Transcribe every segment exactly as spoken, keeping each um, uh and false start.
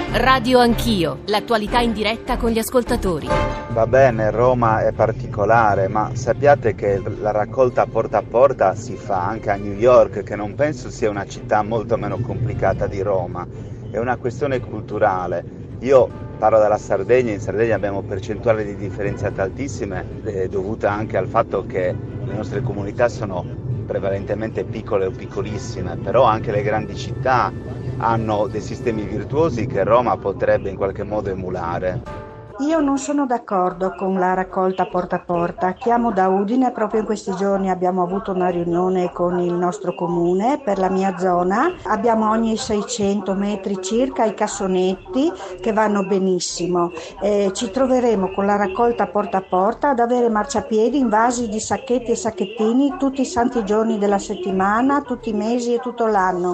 Radio Anch'io, l'attualità in diretta con gli ascoltatori. Va bene, Roma è particolare, ma sappiate che la raccolta porta a porta si fa anche a New York, che non penso sia una città molto meno complicata di Roma. È una questione culturale. Io parlo della Sardegna, in Sardegna abbiamo percentuali di differenziate altissime, eh, dovute anche al fatto che le nostre comunità sono prevalentemente piccole o piccolissime, però anche le grandi città hanno dei sistemi virtuosi che Roma potrebbe in qualche modo emulare. Io non sono d'accordo con la raccolta porta a porta. Chiamo da Udine, proprio in questi giorni abbiamo avuto una riunione con il nostro comune per la mia zona. Abbiamo ogni seicento metri circa i cassonetti che vanno benissimo. Eh, ci troveremo con la raccolta porta a porta ad avere marciapiedi invasi di sacchetti e sacchettini tutti i santi giorni della settimana, tutti i mesi e tutto l'anno.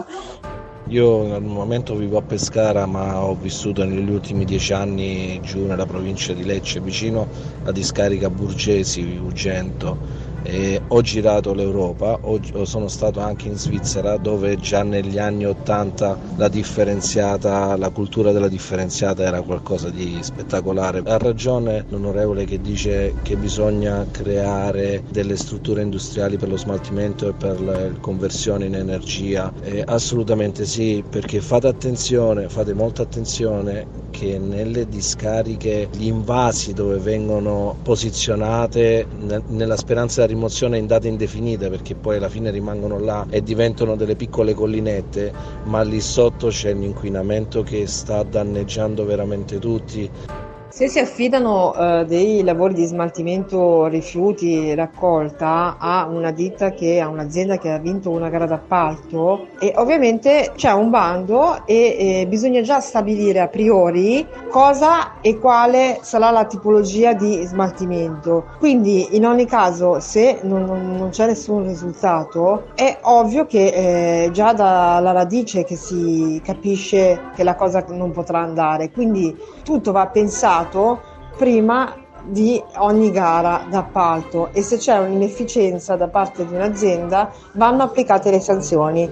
Io al momento vivo a Pescara, ma ho vissuto negli ultimi dieci anni giù nella provincia di Lecce, vicino a discarica Burgesi, Ugento. E ho girato l'Europa, ho, sono stato anche in Svizzera, dove già negli anni ottanta la differenziata, la cultura della differenziata era qualcosa di spettacolare. Ha ragione l'onorevole che dice che bisogna creare delle strutture industriali per lo smaltimento e per la conversione in energia. E assolutamente sì, perché fate attenzione, fate molta attenzione che nelle discariche gli invasi dove vengono posizionate nella speranza di rimozione in data indefinita, perché poi alla fine rimangono là e diventano delle piccole collinette, ma lì sotto c'è l'inquinamento che sta danneggiando veramente tutti. Se si affidano eh, dei lavori di smaltimento rifiuti e raccolta a una ditta che a un'azienda che ha vinto una gara d'appalto, e ovviamente c'è un bando e eh, bisogna già stabilire a priori cosa e quale sarà la tipologia di smaltimento. Quindi in ogni caso, se non, non c'è nessun risultato, è ovvio che eh, già dalla radice che si capisce che la cosa non potrà andare. Quindi tutto va pensato prima di ogni gara d'appalto, e se c'è un'inefficienza da parte di un'azienda vanno applicate le sanzioni.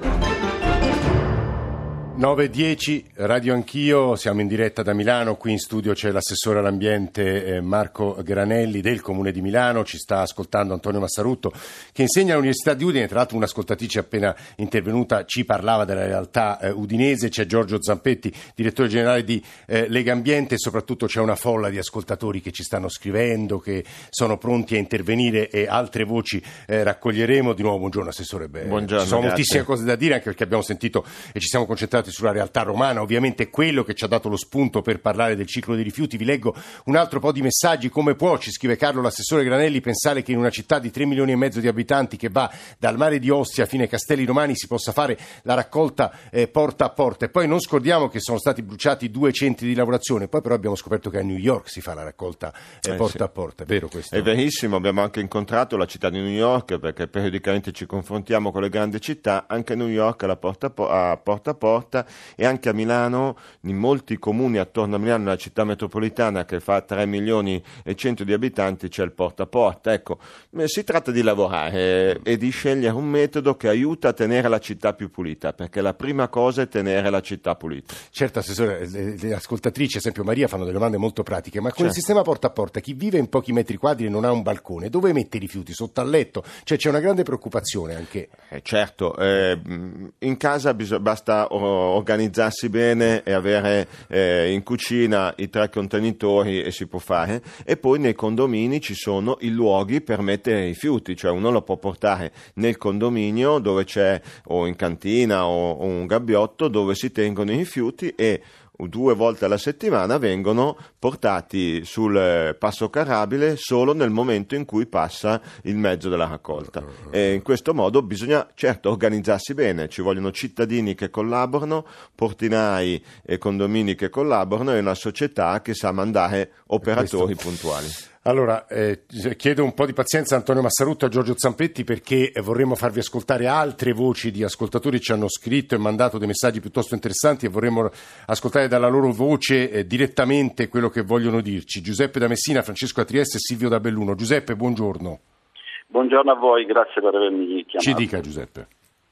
nove e dieci, Radio Anch'io, siamo in diretta da Milano, qui in studio c'è l'assessore all'ambiente eh, Marco Granelli del Comune di Milano, ci sta ascoltando Antonio Massarutto che insegna all'Università di Udine, tra l'altro un'ascoltatrice appena intervenuta ci parlava della realtà eh, udinese, c'è Giorgio Zampetti, direttore generale di eh, Lega Ambiente, e soprattutto c'è una folla di ascoltatori che ci stanno scrivendo, che sono pronti a intervenire, e altre voci eh, raccoglieremo. Di nuovo buongiorno assessore, beh, buongiorno, ci sono grazie. moltissime cose da dire, anche perché abbiamo sentito e ci siamo concentrati sulla realtà romana, ovviamente quello che ci ha dato lo spunto per parlare del ciclo dei rifiuti. Vi leggo un altro po' di messaggi. Come può, ci scrive Carlo l'assessore Granelli, pensare che in una città di tre milioni e mezzo di abitanti, che va dal mare di Ostia fino ai Castelli Romani, si possa fare la raccolta eh, porta a porta? E poi non scordiamo che sono stati bruciati due centri di lavorazione, poi però abbiamo scoperto che a New York si fa la raccolta eh, eh, porta sì. a porta, è vero questo? È verissimo, abbiamo anche incontrato la città di New York, perché periodicamente ci confrontiamo con le grandi città. Anche a New York la porta a porta a porta, e anche a Milano, in molti comuni attorno a Milano, la città metropolitana che fa tre milioni e cento di abitanti, c'è il porta a porta. Ecco, si tratta di lavorare e di scegliere un metodo che aiuta a tenere la città più pulita, perché la prima cosa è tenere la città pulita. Certo assessore, le, le ascoltatrici, ad esempio Maria, fanno delle domande molto pratiche, ma con certo. il sistema porta a porta chi vive in pochi metri quadri e non ha un balcone, dove mette i rifiuti? Sotto al letto? Cioè c'è una grande preoccupazione anche. Eh, certo, eh, in casa bis- basta organizzarsi bene e avere eh, in cucina i tre contenitori, e si può fare. E poi nei condomini ci sono i luoghi per mettere i rifiuti, cioè uno lo può portare nel condominio dove c'è, o in cantina o, o un gabbiotto dove si tengono i rifiuti, e due volte alla settimana vengono portati sul passo carrabile solo nel momento in cui passa il mezzo della raccolta. E in questo modo bisogna certo organizzarsi bene, ci vogliono cittadini che collaborano, portinai e condomini che collaborano, e una società che sa mandare operatori puntuali. Allora, eh, chiedo un po' di pazienza a Antonio Massarutto e a Giorgio Zampetti, perché vorremmo farvi ascoltare altre voci di ascoltatori. Ci hanno scritto e mandato dei messaggi piuttosto interessanti e vorremmo ascoltare dalla loro voce eh, direttamente quello che vogliono dirci. Giuseppe da Messina, Francesco da Trieste e Silvio da Belluno. Giuseppe, buongiorno. Buongiorno a voi, grazie per avermi chiamato. Ci dica Giuseppe.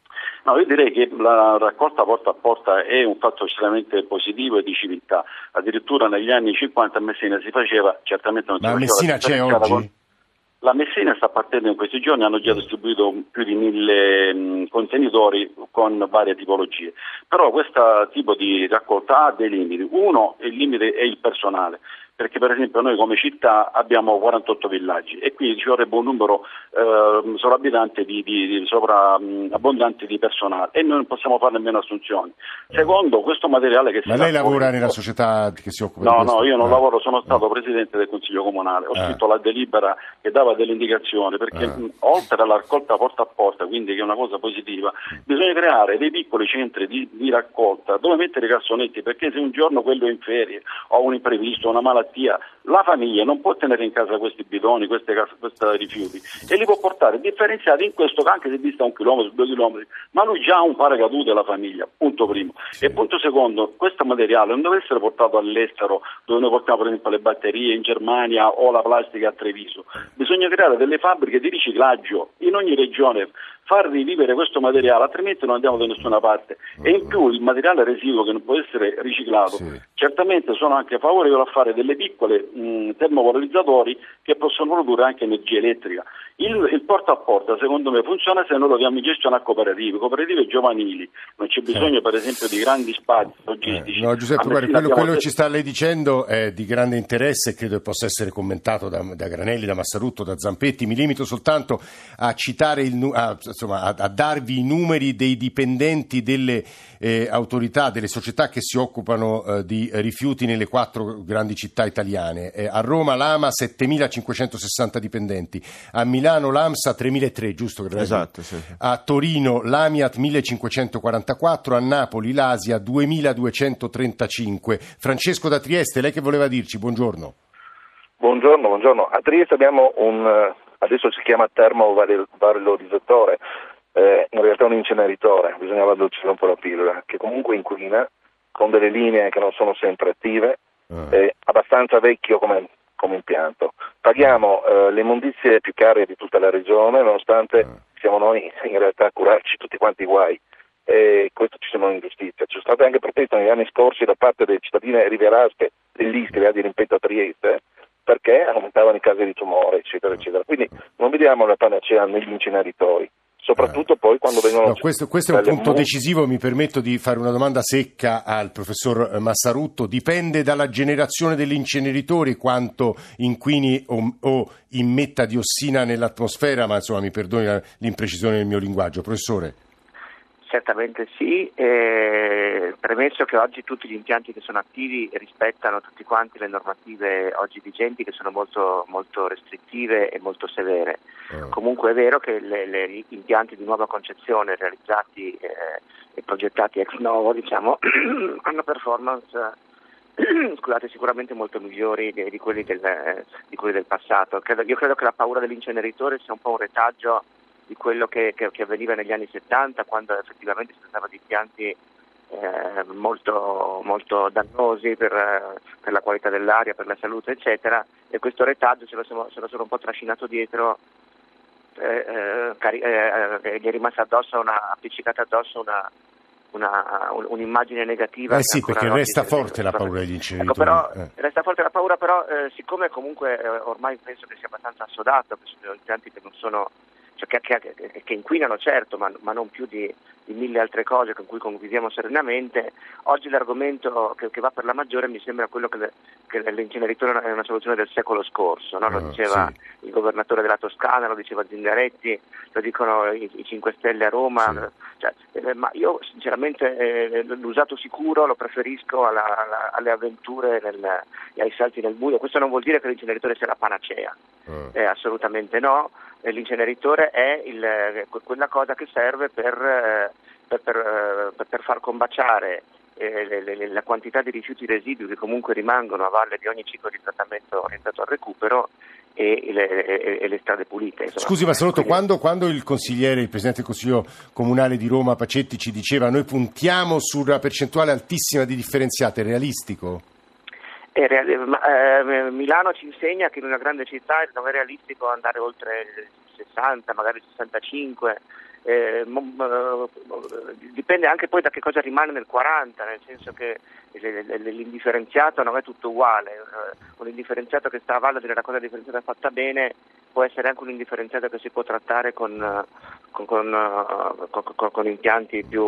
No, io direi che la raccolta porta a porta è un fatto estremamente positivo e di civiltà. Addirittura negli anni cinquanta a Messina si faceva, certamente non si Ma a faceva... Messina c'è oggi? Con... La Messina sta partendo in questi giorni, hanno già distribuito più di mille mh, contenitori con varie tipologie. Però questo tipo di raccolta ha dei limiti. Uno, il limite è il personale, perché per esempio noi come città abbiamo quarantotto villaggi e quindi ci vorrebbe un numero eh, sovrabbondante di, di, di, sopra, mh, abbondante di personale e noi non possiamo fare nemmeno assunzioni. Secondo, questo materiale che si Ma lei raccolta... lavora nella società che si occupa no, di questo? No, io non ah. lavoro, sono stato ah. presidente del Consiglio Comunale, ho ah. scritto la delibera che dava delle indicazioni, perché ah. mh, oltre alla raccolta porta a porta, quindi che è una cosa positiva, mm. bisogna creare dei piccoli centri di, di raccolta dove mettere i cassonetti, perché se un giorno quello è in ferie o un imprevisto, una malattia, la famiglia non può tenere in casa questi bidoni, questi rifiuti e li può portare differenziati in questo, anche se dista un chilometro, due chilometri, ma lui già ha un paracadute alla famiglia, punto primo. Sì. E punto secondo, questo materiale non deve essere portato all'estero dove noi portiamo per esempio le batterie in Germania o la plastica a Treviso, bisogna creare delle fabbriche di riciclaggio in ogni regione, far rivivere questo materiale, altrimenti non andiamo da nessuna parte. E in più il materiale residuo che non può essere riciclato, sì. certamente sono anche favorevole a fare delle piccole mh, termovalorizzatori che possono produrre anche energia elettrica. Il, il porta a porta secondo me funziona se noi lo diamo in gestione a cooperative, cooperative giovanili, non c'è bisogno sì. per esempio di grandi spazi logistici. Eh, no Giuseppe, guarda, quello, quello che ci sta lei dicendo è di grande interesse e credo che possa essere commentato da, da Granelli, da Massarutto, da Zampetti. Mi limito soltanto a citare il a, insomma, a, a darvi i numeri dei dipendenti delle eh, autorità, delle società che si occupano eh, di rifiuti nelle quattro grandi città italiane. Eh, a Roma l'Ama settemilacinquecentosessanta dipendenti, a Milano l'AMSA tremilatrecento, giusto? Esatto, sì. A Torino l'Amiat millecinquecentoquarantaquattro, a Napoli l'Asia duemiladuecentotrentacinque. Francesco da Trieste, lei che voleva dirci? Buongiorno. Buongiorno, buongiorno. A Trieste abbiamo un, adesso si chiama termovalorizzatore, eh, in realtà un inceneritore, bisognava addolcire un po' la pillola, che comunque inquina, con delle linee che non sono sempre attive, ah. è abbastanza vecchio come, come impianto. Paghiamo eh, le immondizie più care di tutta la regione, nonostante ah. siamo noi in realtà a curarci tutti quanti i guai. E questo ci sembra un'ingiustizia. Ci sono state anche proteste negli anni scorsi da parte delle cittadine riverasche dell'Istria, di ripeto a Trieste, perché aumentavano i casi di tumore, eccetera, eccetera. Quindi non vediamo la panacea negli inceneritori, soprattutto eh. poi quando vengono... No, questo, questo è un punto mu- decisivo, mi permetto di fare una domanda secca al professor Massarutto. Dipende dalla generazione degli inceneritori quanto inquini o, o immetta diossina nell'atmosfera, ma insomma mi perdoni l'imprecisione del mio linguaggio. Professore? Certamente sì, eh, premesso che oggi tutti gli impianti che sono attivi rispettano tutti quanti le normative oggi vigenti, che sono molto, molto restrittive e molto severe. Eh. Comunque è vero che le, le, gli impianti di nuova concezione realizzati eh, e progettati ex novo, diciamo, hanno performance scusate, sicuramente molto migliori di, di, quelli del, di quelli del passato. Credo, io credo che la paura dell'inceneritore sia un po' un retaggio di quello che, che, che avveniva negli anni settanta, quando effettivamente si trattava di impianti eh, molto, molto dannosi per, per la qualità dell'aria, per la salute, eccetera, e questo retaggio ce lo siamo, se lo sono un po' trascinato dietro, eh, eh, cari- eh, gli è rimasta addosso una, appiccicata addosso una, una, un, un'immagine negativa. Eh sì, perché resta forte la paura degli inceneritori. Ecco, però, eh. Resta forte la paura, però eh, siccome comunque eh, ormai penso che sia abbastanza assodato, che sono impianti che non sono Che, che, che inquinano certo, ma, ma non più di, di mille altre cose con cui conviviamo serenamente. Oggi l'argomento che, che va per la maggiore mi sembra quello che, le, che l'inceneritore è una soluzione del secolo scorso, no? Lo uh, diceva sì. il governatore della Toscana, lo diceva Zingaretti, lo dicono i, i cinque Stelle a Roma, sì. cioè, eh, ma io sinceramente eh, l'usato sicuro lo preferisco alla, alla, alle avventure nel, e ai salti nel buio. Questo non vuol dire che l'inceneritore sia la panacea, uh. eh, assolutamente no. L'inceneritore è il, quella cosa che serve per, per, per, per far combaciare eh, le, le, la quantità di rifiuti residui che comunque rimangono a valle di ogni ciclo di trattamento orientato al recupero e le, e, e le strade pulite. Insomma. Scusi Massarutto, Quindi... quando, quando il consigliere, il presidente del Consiglio Comunale di Roma Pacetti ci diceva noi puntiamo sulla percentuale altissima di differenziate, è realistico? È reali- ma, eh, Milano ci insegna che in una grande città non è realistico andare oltre il sessanta, magari il sessantacinque, eh, mo, dipende anche poi da che cosa rimane nel quaranta, nel senso che l'indifferenziato non è tutto uguale, un indifferenziato che sta a valle della raccolta differenziata fatta bene può essere anche un indifferenziato che si può trattare con, con, con, con, con impianti più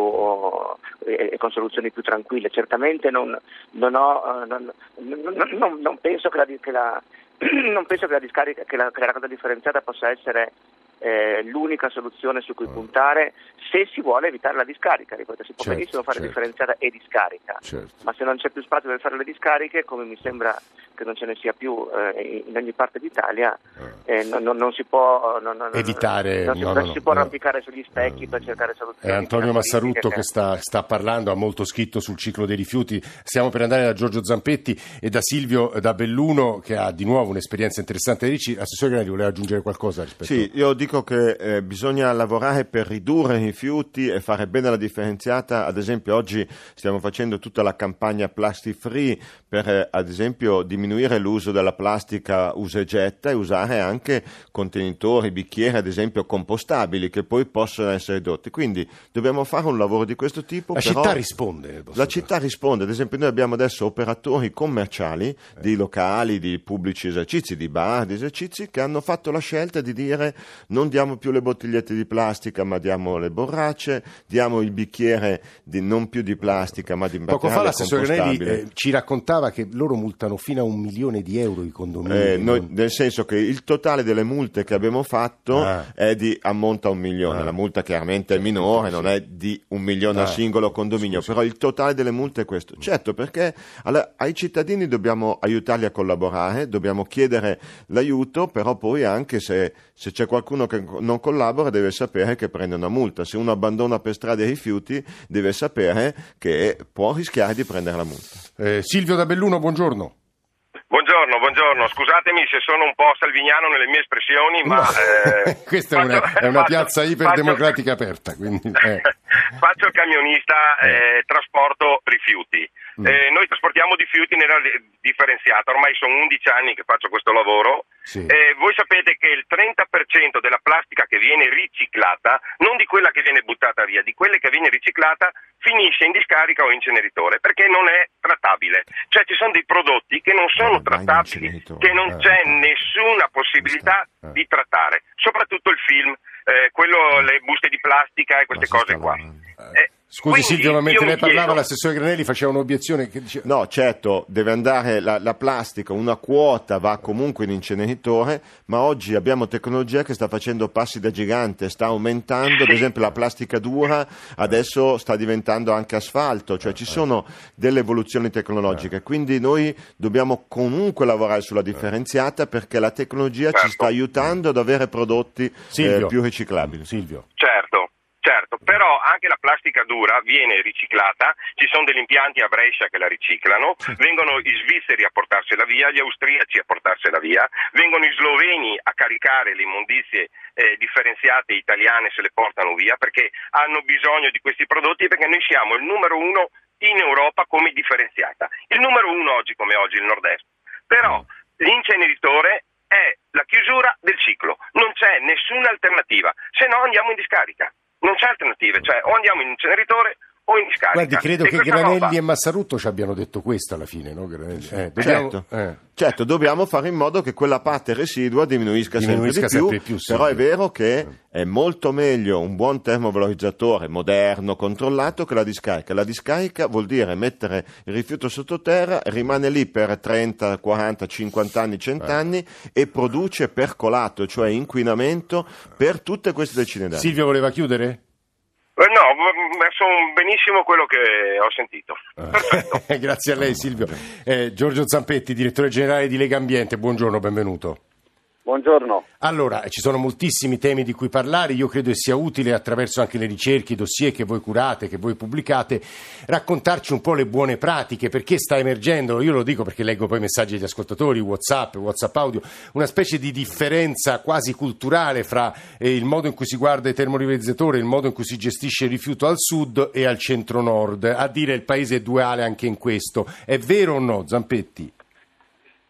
e con soluzioni più tranquille. Certamente non, non, ho, non, non, non penso che la, che la non penso che la discarica, che la, che la raccolta differenziata possa essere eh, l'unica soluzione su cui puntare se si vuole evitare la discarica. Ripeto, si può certo, benissimo fare certo. differenziata e discarica, certo. ma se non c'è più spazio per fare le discariche, come mi sembra che non ce ne sia più eh, in ogni parte d'Italia, eh, non, non, non si può non, non, evitare, non si, no, non no, si può no, arrampicare sugli specchi no. per cercare soluzioni. È Antonio Massarutto che sta, sta parlando, ha molto scritto sul ciclo dei rifiuti. Stiamo per andare da Giorgio Zampetti e da Silvio da Belluno, che ha di nuovo un'esperienza interessante. Ricci, Assessore Granelli, voleva aggiungere qualcosa rispetto? Sì, io dico che eh, bisogna lavorare per ridurre i rifiuti e fare bene la differenziata. Ad esempio oggi stiamo facendo tutta la campagna plastic free per eh, ad esempio diminuire l'uso della plastica usa e getta e usare anche contenitori, bicchieri ad esempio compostabili che poi possono essere ridotti. Quindi dobbiamo fare un lavoro di questo tipo. La però città risponde. La città risponde, ad esempio noi abbiamo adesso operatori commerciali eh. di locali, di pubblici esercizi, di bar, di esercizi che hanno fatto la scelta di dire non diamo più le bottigliette di plastica ma diamo le borracce, diamo il bicchiere di, non più di plastica ma di materiale Poco fa l'assessore Granelli eh, ci raccontava che loro multano fino a un milione di euro i condomini. Eh, noi, nel senso che il totale delle multe che abbiamo fatto ah. è di ammonta a un milione, ah. la multa chiaramente è minore, non è di un milione ah. al singolo condominio, scusi. Però il totale delle multe è questo. Certo, perché alla, ai cittadini dobbiamo aiutarli a collaborare, dobbiamo chiedere l'aiuto, però poi anche se, se c'è qualcuno che non collabora deve sapere che prende una multa. Se uno abbandona per strada i rifiuti deve sapere che può rischiare di prendere la multa. Eh, Silvio da Belluno, buongiorno. Buongiorno, buongiorno, scusatemi se sono un po' salviniano nelle mie espressioni, ma... No. Eh, Questa faccio, è una, è una faccio, piazza iperdemocratica faccio, aperta, quindi... Eh. Faccio il camionista, eh, trasporto rifiuti. Mm. Eh, noi trasportiamo rifiuti nella differenziata, ormai sono undici anni che faccio questo lavoro. Sì. Eh, voi sapete che il trenta per cento della plastica che viene riciclata, non di quella che viene buttata via, di quella che viene riciclata, finisce in discarica o inceneritore, perché non è trattabile. Cioè ci sono dei prodotti che non sono eh, trattabili, che non eh, c'è eh, nessuna possibilità eh. di trattare, soprattutto il film, eh, quello, le buste di plastica e queste cose qua. Eh, Scusi Silvio, ma mentre lei parlava chiedo... l'assessore Granelli faceva un'obiezione che diceva... No, certo, deve andare la, la plastica, una quota va comunque in inceneritore, ma oggi abbiamo tecnologia che sta facendo passi da gigante, sta aumentando, ad esempio la plastica dura adesso sta diventando anche asfalto, cioè ci sono delle evoluzioni tecnologiche, quindi noi dobbiamo comunque lavorare sulla differenziata perché la tecnologia certo. ci sta aiutando ad avere prodotti eh, più riciclabili. Silvio. Certo. Certo, però anche la plastica dura viene riciclata, ci sono degli impianti a Brescia che la riciclano, vengono i svizzeri a portarsela via, gli austriaci a portarsela via, vengono i sloveni a caricare le immondizie eh, differenziate italiane, se le portano via perché hanno bisogno di questi prodotti, perché noi siamo il numero uno in Europa come differenziata, il numero uno oggi come oggi il nord-est, però l'inceneritore è la chiusura del ciclo, non c'è nessuna alternativa, se no andiamo in discarica. Non c'è alternative, cioè o andiamo in inceneritore o in discarica. Guardi, credo e che Granelli roba... e Massarutto ci abbiano detto questo alla fine, no? Eh, dobbiamo... certo. Eh. certo, dobbiamo fare in modo che quella parte residua diminuisca, diminuisca sempre di sempre più, più però è vero che eh. è molto meglio un buon termovalorizzatore moderno, controllato, che la discarica. La discarica vuol dire mettere il rifiuto sottoterra, rimane lì per trenta, quaranta, cinquanta anni, cento anni eh. e produce percolato, cioè inquinamento per tutte queste decine d'anni. Silvio voleva chiudere? Eh no, so benissimo quello che ho sentito. Perfetto. Grazie a lei Silvio. Eh, Giorgio Zampetti, direttore generale di Lega Ambiente, buongiorno, benvenuto. Buongiorno. Allora, ci sono moltissimi temi di cui parlare, io credo che sia utile attraverso anche le ricerche, i dossier che voi curate, che voi pubblicate, raccontarci un po' le buone pratiche, perché sta emergendo, io lo dico perché leggo poi messaggi degli ascoltatori, WhatsApp, WhatsApp audio, una specie di differenza quasi culturale fra eh, il modo in cui si guarda i termovalorizzatori, il modo in cui si gestisce il rifiuto al sud e al centro-nord, a dire il paese è duale anche in questo. È vero o no, Zampetti?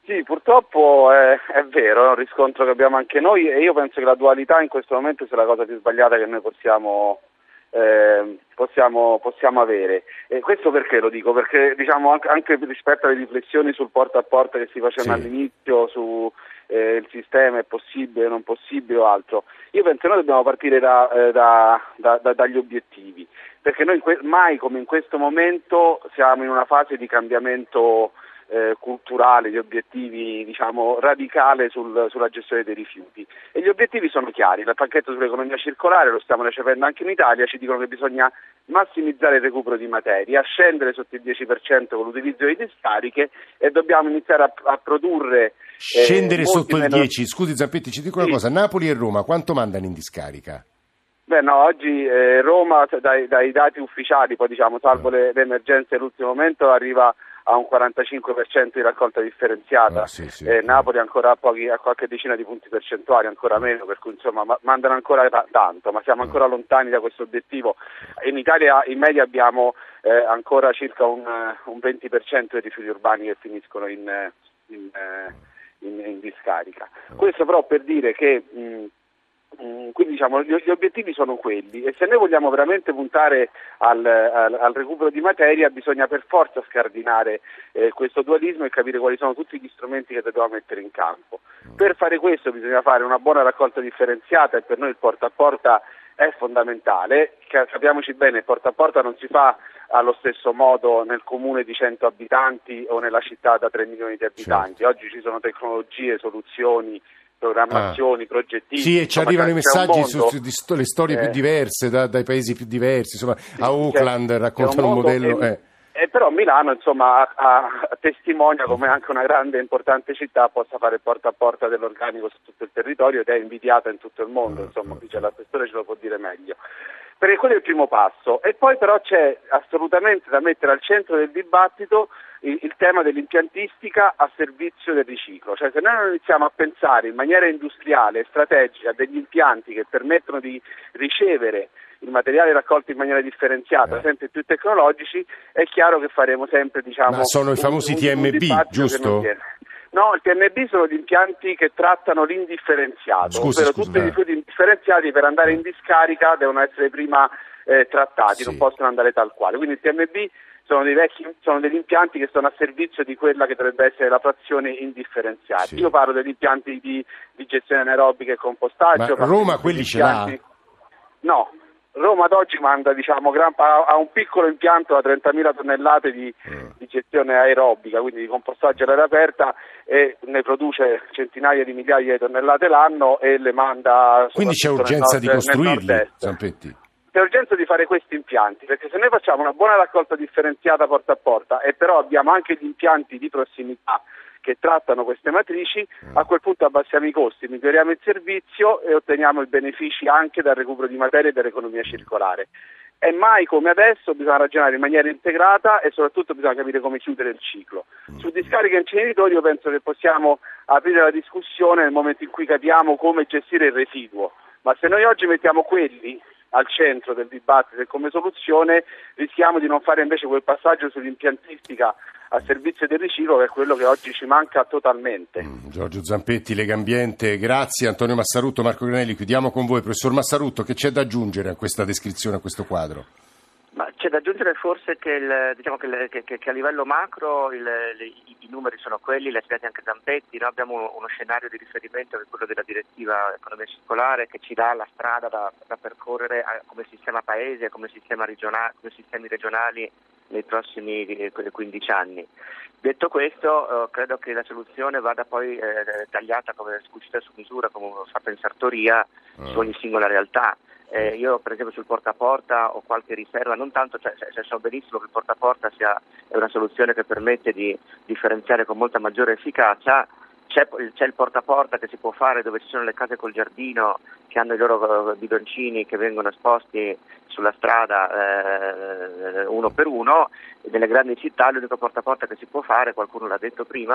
Sì, purtroppo è, è vero, è un riscontro che abbiamo anche noi e io penso che la dualità in questo momento sia la cosa più sbagliata che noi possiamo, eh, possiamo, possiamo avere. E questo perché lo dico? Perché diciamo anche, anche rispetto alle riflessioni sul porta a porta che si facevano sì. all'inizio, su eh, il sistema è possibile, non possibile o altro, io penso che noi dobbiamo partire da, eh, da, da, da, dagli obiettivi, perché noi que- mai come in questo momento siamo in una fase di cambiamento Eh, culturale, di obiettivi diciamo radicale sul, sulla gestione dei rifiuti e gli obiettivi sono chiari. Il pacchetto sull'economia circolare lo stiamo recependo anche in Italia, ci dicono che bisogna massimizzare il recupero di materia, scendere sotto il dieci per cento con l'utilizzo di discariche e dobbiamo iniziare a, a produrre scendere eh, sotto meno... il dieci. Scusi Zampetti, ci dico una sì. cosa, Napoli e Roma quanto mandano in discarica? Beh no, oggi eh, Roma dai, dai dati ufficiali, poi diciamo salvo le, le emergenze all'ultimo momento, arriva a un quarantacinque per cento di raccolta differenziata, ah, sì, sì, eh, sì. Napoli ancora a, pochi, a qualche decina di punti percentuali, ancora meno, per cui insomma ma, mandano ancora t- tanto, ma siamo ancora lontani da questo obiettivo. In Italia in media abbiamo eh, ancora circa un, un venti per cento dei rifiuti urbani che finiscono in, in, in, in discarica. Questo però per dire che mh, quindi diciamo gli, gli obiettivi sono quelli e se noi vogliamo veramente puntare al, al, al recupero di materia bisogna per forza scardinare eh, questo dualismo e capire quali sono tutti gli strumenti che dobbiamo mettere in campo. Per fare questo bisogna fare una buona raccolta differenziata e per noi il porta a porta è fondamentale. Capiamoci bene, il porta a porta non si fa allo stesso modo nel comune di cento abitanti o nella città da tre milioni di abitanti. Certo. Oggi ci sono tecnologie, soluzioni, programmazioni, ah. progetti. Sì, e ci arrivano i messaggi su, su, su le storie eh, più diverse da, dai paesi più diversi, insomma sì, a Auckland c'è, c'è raccontano un, un modello. E, eh. e però Milano insomma a, a, testimonia come anche una grande e importante città possa fare porta a porta dell'organico su tutto il territorio ed è invidiata in tutto il mondo, insomma qui c'è l'assessore, ce lo può dire meglio. Perché quello è il primo passo e poi però c'è assolutamente da mettere al centro del dibattito il, il tema dell'impiantistica a servizio del riciclo, cioè se noi non iniziamo a pensare in maniera industriale e strategica a degli impianti che permettono di ricevere il materiale raccolto in maniera differenziata, eh. sempre più tecnologici, è chiaro che faremo sempre diciamo. Ma sono i famosi un, T M B, un giusto? No, il T M B sono gli impianti che trattano l'indifferenziato, scusi, ovvero scusi, tutti i rifiuti indifferenziati per andare in discarica devono essere prima eh, trattati, sì. non possono andare tal quale. Quindi il T M B sono dei vecchi, sono degli impianti che sono a servizio di quella che dovrebbe essere la frazione indifferenziata. Sì. Io parlo degli impianti di, di gestione anaerobica e compostaggio. Ma Roma quelli ce l'ha? No. Roma ad oggi manda diciamo, gran, ha un piccolo impianto da trentamila tonnellate di, mm. di gestione aerobica, quindi di compostaggio all'aria aperta e ne produce centinaia di migliaia di tonnellate l'anno e le manda. Quindi c'è urgenza nord, di costruirli, Zampetti? C'è urgenza di fare questi impianti, perché se noi facciamo una buona raccolta differenziata porta a porta e però abbiamo anche gli impianti di prossimità che trattano queste matrici, a quel punto abbassiamo i costi, miglioriamo il servizio e otteniamo i benefici anche dal recupero di materia e dall'economia circolare. E mai come adesso bisogna ragionare in maniera integrata e soprattutto bisogna capire come chiudere il ciclo. Su discariche e inceneritori io penso che possiamo aprire la discussione nel momento in cui capiamo come gestire il residuo, ma se noi oggi mettiamo quelli al centro del dibattito e come soluzione rischiamo di non fare invece quel passaggio sull'impiantistica a servizio del riciclo che è quello che oggi ci manca totalmente. Mm, Giorgio Zampetti, Legambiente, grazie. Antonio Massarutto, Marco Granelli, chiudiamo con voi. Professor Massarutto, che c'è da aggiungere a questa descrizione, a questo quadro? Ma c'è da aggiungere forse che, il, diciamo che, il, che, che a livello macro il, le, i, i numeri sono quelli, li ha spiegati anche Zampetti, noi abbiamo uno, uno scenario di riferimento che è quello della direttiva economia circolare che ci dà la strada da, da percorrere a, come sistema paese, come, sistema regionale, come sistemi regionali nei prossimi quindici anni. Detto questo, eh, credo che la soluzione vada poi eh, tagliata come scucita su misura, come fatta in sartoria, mm. su ogni singola realtà. Eh, io per esempio sul porta a porta ho qualche riserva, non tanto, cioè, cioè so benissimo che il porta a porta sia è una soluzione che permette di differenziare con molta maggiore efficacia. C'è, c'è il porta a porta che si può fare dove ci sono le case col giardino che hanno i loro bidoncini che vengono esposti sulla strada eh, uno per uno, e nelle grandi città l'unico porta a porta che si può fare, qualcuno l'ha detto prima,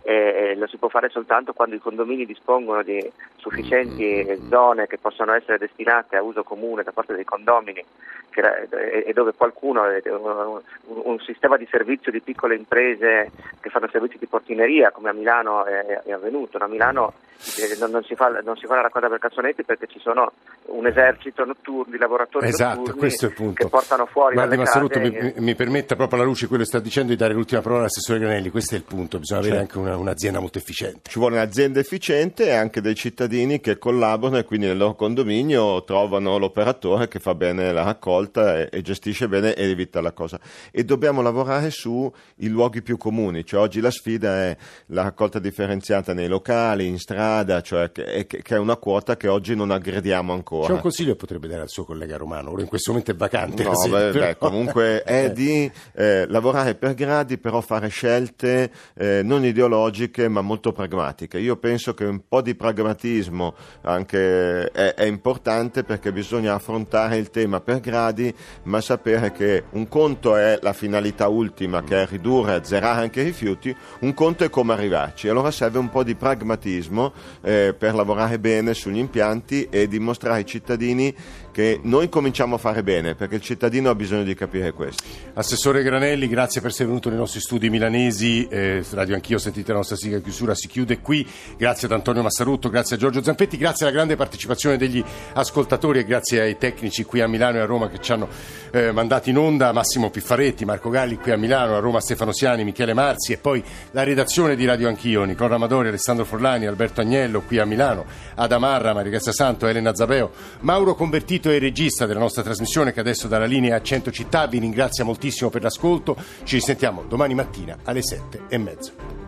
e lo si può fare soltanto quando i condomini dispongono di sufficienti zone che possono essere destinate a uso comune da parte dei condomini che, e dove qualcuno, un, un sistema di servizio di piccole imprese che fanno servizi di portineria come a Milano è, è avvenuto. A Milano eh, non, non, si fa, non si fa la raccolta per cassonetti perché ci sono un esercito notturno di lavoratori esatto, notturni questo è il punto. che portano fuori Guardi dalle case. Massaruto, mi, mi permetta proprio alla luce quello che sta dicendo di dare l'ultima parola all'assessore Granelli. Questo è il punto, bisogna avere anche una, un'azienda molto efficiente. Ci vuole un'azienda efficiente e anche dei cittadini che collaborano e quindi nel loro condominio trovano l'operatore che fa bene la raccolta e, e gestisce bene e evita la cosa. E dobbiamo lavorare sui luoghi più comuni, cioè oggi la sfida è la raccolta differenziata nei locali, in strada, cioè che, che è una quota che oggi non aggrediamo ancora. C'è un consiglio che potrebbe dare al suo collega Romano, ora in questo momento è vacante. No, sì, beh, però... beh, comunque è di eh, lavorare per gradi, però fare scelte eh, non ideologiche ma molto pragmatiche. Io penso che un po' di pragmatismo anche è, è importante, perché bisogna affrontare il tema per gradi, ma sapere che un conto è la finalità ultima, che è ridurre, azzerare anche i rifiuti, un conto è come arrivarci. Allora serve un po' di pragmatismo eh, per lavorare bene sugli impianti e dimostrare ai cittadini che noi cominciamo a fare bene, perché il cittadino ha bisogno di capire questo. Assessore Granelli, grazie per essere venuto nei nostri studi milanesi. eh, Radio Anch'io, sentite la nostra sigla di chiusura, si chiude qui. Grazie ad Antonio Massarutto, grazie a Giorgio Zanfetti, grazie alla grande partecipazione degli ascoltatori e grazie ai tecnici qui a Milano e a Roma che ci hanno eh, mandato in onda, Massimo Piffaretti, Marco Galli qui a Milano, a Roma Stefano Siani, Michele Marzi, e poi la redazione di Radio Anch'io, Nicola Amadori, Alessandro Forlani, Alberto Agnello qui a Milano, Adamarra, Maria Grazia Santo, Elena Zabeo, Mauro Convertito e regista della nostra trasmissione che adesso dalla linea a cento città vi ringrazia moltissimo per l'ascolto. Ci risentiamo domani mattina alle sette e mezzo.